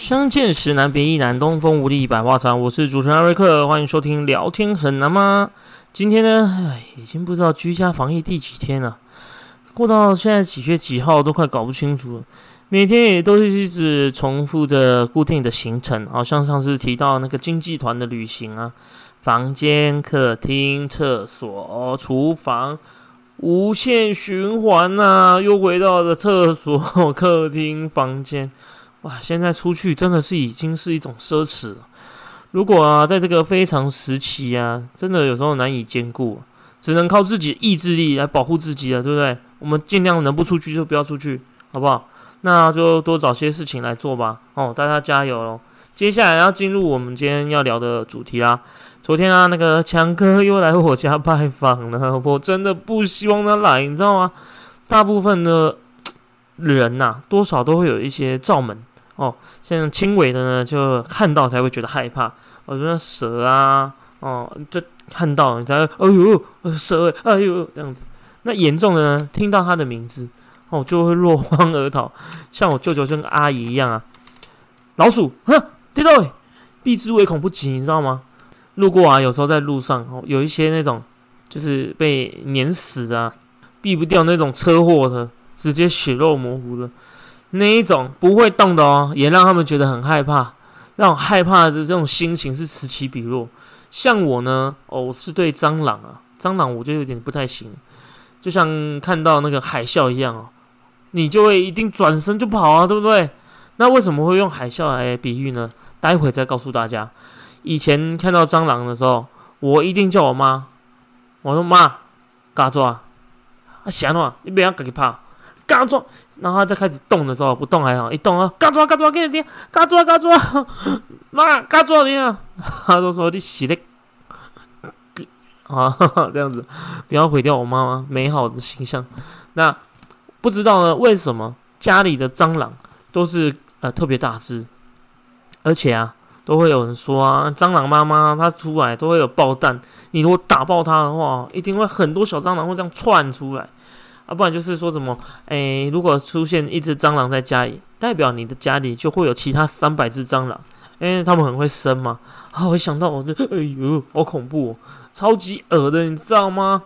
相见时难别亦难，东风无力百花残。我是主持人艾瑞克，欢迎收听聊天很难吗？今天呢，已经不知道居家防疫第几天了，过到现在几月几号都快搞不清楚了。每天也都是一直重复着固定的行程，好像上次提到那个经济团的旅行啊，房间、客厅、厕所、厨房。无限循环啊，又回到了厕所、客厅、房间。哇，现在出去真的是已经是一种奢侈了。如果在这个非常时期啊，真的有时候难以兼顾，只能靠自己的意志力来保护自己了，对不对？我们尽量能不出去就不要出去，好不好？那就多找些事情来做吧。大家加油咯！接下来要进入我们今天要聊的主题啦。昨天啊，那个强哥又来我家拜访了，我真的不希望他来，你知道吗？大部分的人呐，多少都会有一些罩门像轻微的呢，就看到才会觉得害怕。我觉得蛇啊，就看到你才会，哎呦，蛇，哎呦，这样子。那严重的呢，听到他的名字，就会落荒而逃。像我舅舅跟阿姨一样啊，老鼠，跌到避之唯恐不及，你知道吗？路过啊，有时候在路上有一些那种就是被碾死的避不掉那种车祸的，直接血肉模糊的那一种不会动的也让他们觉得很害怕。那种害怕的这种心情是此起彼落。像我呢，我是对蟑螂我就有点不太行，就像看到那个海啸一样你就会一定转身就跑啊，对不对？那为什么会用海啸来比喻呢？待会再告诉大家。以前看到蟑螂的时候，我一定叫我妈，我说妈，嘎抓，想啊，你不要自己怕，嘎抓。然后他再开始动的时候，不动还好，一动嘎抓，给你听，嘎抓，妈，嘎抓你啊！他都说你死嘞，这样子，不要毁掉我妈妈美好的形象。那不知道呢，为什么家里的蟑螂都是特别大只，而且都会有人说蟑螂妈妈它出来都会有爆弹，你如果打爆它的话，一定会很多小蟑螂会这样窜出来不然就是说什么，如果出现一只蟑螂在家里，代表你的家里就会有其他300只蟑螂，他们很会生嘛。我一想到我就，哎呦，好恐怖超级恶的，你知道吗？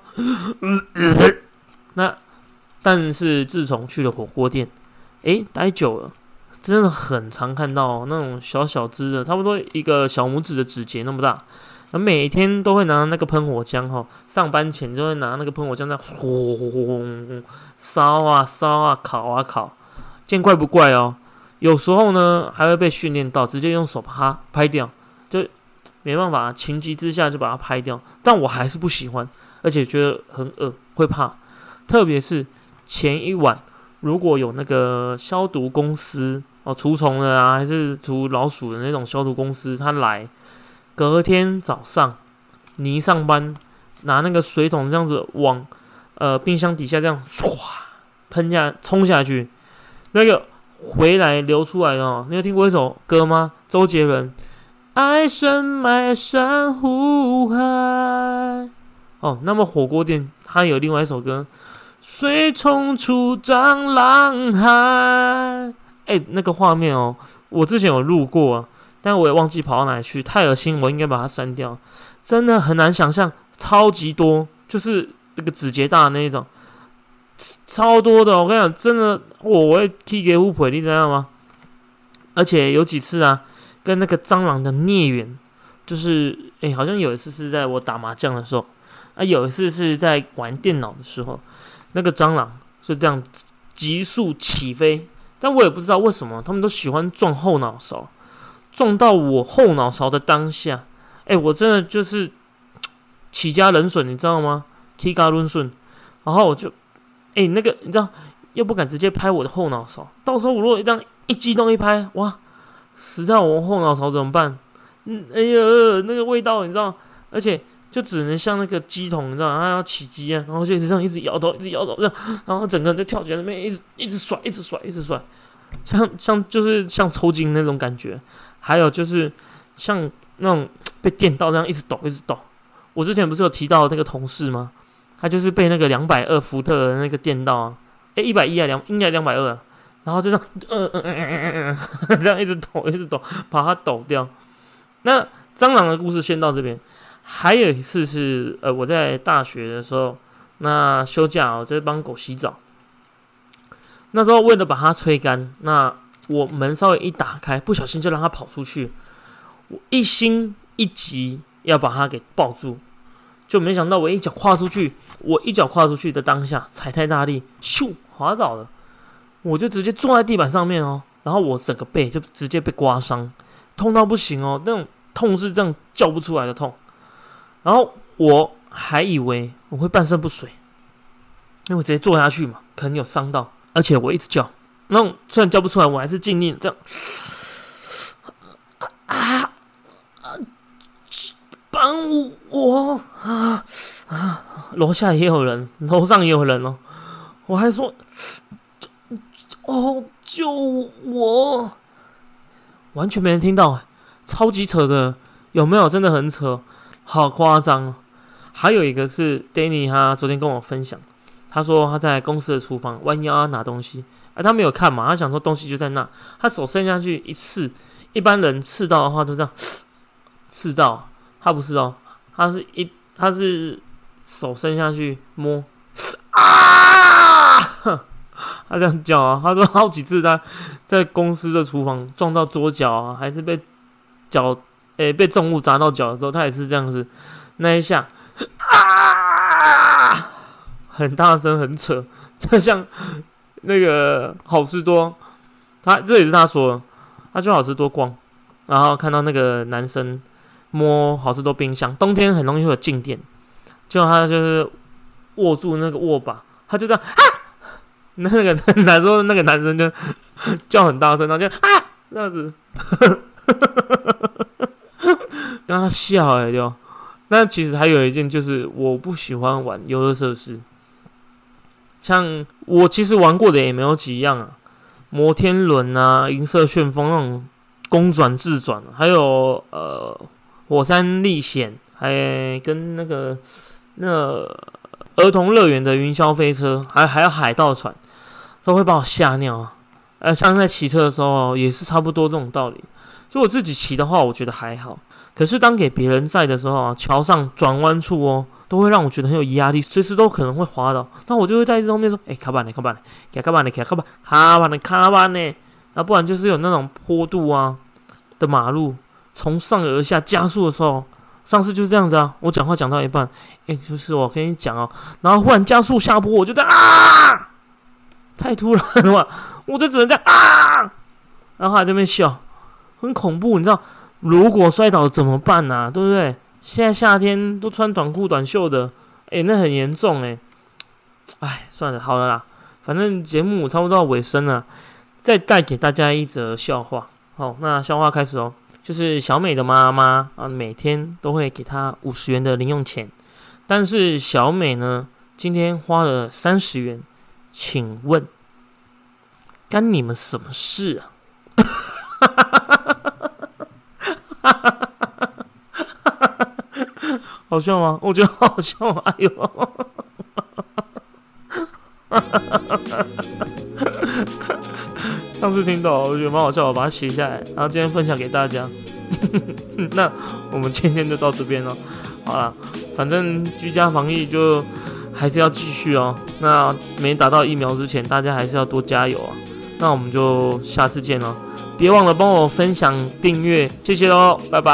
那但是自从去了火锅店，待久了。真的很常看到那种小小只的，差不多一个小拇指的指节那么大，每天都会拿那个喷火枪上班前就会拿那个喷火枪在轰烧啊烤，见怪不怪有时候呢还会被训练到直接用手把它拍掉，就没办法，情急之下就把它拍掉，但我还是不喜欢，而且觉得很恶，会怕，特别是前一晚。如果有那个消毒公司除虫的还是除老鼠的那种消毒公司，他来，隔天早上你一上班，拿那个水桶这样子往冰箱底下这样唰喷下冲下去，那个回来流出来的你有听过一首歌吗？周杰伦，爱深埋山呼海那么火锅店它有另外一首歌。水冲出蟑螂海，那个画面我之前有录过但我也忘记跑到哪里去，太恶心，我应该把它删掉。真的很难想象，超级多，就是那个指节大的那一种，超多的。我跟你讲，真的，我会踢给乌腿，你知道吗？而且有几次跟那个蟑螂的孽缘，就是好像有一次是在我打麻将的时候，有一次是在玩电脑的时候。那个蟑螂是这样急速起飞，但我也不知道为什么他们都喜欢撞后脑勺，撞到我后脑勺的当下，我真的就是起家人损，你知道吗？起家人损，然后我就那个你知道，又不敢直接拍我的后脑勺，到时候我如果这样一激动一拍，哇，死在我后脑勺怎么办？那个味道你知道，而且。就只能像那个鸡桶，你知道吗？它要起鸡然后就一直这样，一直摇头，这样，然后整个人就跳起来，那边一直甩，就是像抽筋那种感觉。还有就是像那种被电到这样一直抖。我之前不是有提到那个同事吗？他就是被那个220伏特的那个电到110应该220然然后就这样这样一直抖，把它抖掉。那蟑螂的故事先到这边。还有一次是我在大学的时候，那休假我在帮狗洗澡。那时候为了把它吹干，那我门稍微一打开，不小心就让它跑出去。我一心一急要把它给抱住，就没想到我一脚跨出去的当下踩太大力，咻滑倒了，我就直接坐在地板上面哦，然后我整个背就直接被刮伤，痛到不行哦，那种痛是这样叫不出来的痛。然后我还以为我会半身不遂，因为我直接坐下去嘛，可能有伤到，而且我一直叫，那种虽然叫不出来，我还是尽力这样帮我楼下也有人，楼上也有人哦，我还说救我，完全没人听到，超级扯的，有没有？真的很扯。好夸张哦！还有一个是 Danny， 他昨天跟我分享，他说他在公司的厨房弯腰拿东西，他没有看嘛，他想说东西就在那，他手伸下去一刺，一般人刺到的话就这样刺到，他不是哦，他是手伸下去摸他这样叫啊，他说好几次他在公司的厨房撞到桌角啊，还是被被重物砸到脚的时候，他也是这样子，那一下很大声很扯，就像那个好事多，这也是他说的，他去好事多逛，然后看到那个男生摸好事多冰箱，冬天很容易会有静电，就他就是握住那个握把，他就这样那个男生就叫很大声，然后就这样子。让他笑对。那其实还有一件就是我不喜欢玩游乐设施，像我其实玩过的也没有几样啊，摩天轮啊、银色旋风那种公转自转，还有火山历险，还跟那个儿童乐园的云霄飞车，还有海盗船，都会把我吓尿啊。像在骑车的时候也是差不多这种道理。就我自己骑的话，我觉得还好。可是当给别人载的时候啊，桥上转弯处哦，都会让我觉得很有压力，随时都可能会滑倒。那我就会在这后面说：“卡板呢？那不然就是有那种坡度啊的马路，从上而下加速的时候，上次就是这样子啊。我讲话讲到一半，就是我跟你讲哦，然后忽然加速下坡，我就在太突然了嘛，我就只能这样然后还在那边笑。”很恐怖，你知道？如果摔倒怎么办啊？对不对？现在夏天都穿短裤短袖的，那很严重算了，好了啦，反正节目差不多到尾声了，再带给大家一则笑话。好，那笑话开始哦，就是小美的妈妈每天都会给她50元的零用钱，但是小美呢，今天花了30元，请问干你们什么事啊？好笑吗？我觉得好笑，哎呦！上次听到，我觉得蛮好笑，我把它写下来，然后今天分享给大家。那我们今天就到这边了。好啦，反正居家防疫就还是要继续哦。那没打到疫苗之前，大家还是要多加油啊。那我们就下次见了，别忘了帮我分享、订阅，谢谢喽，拜拜。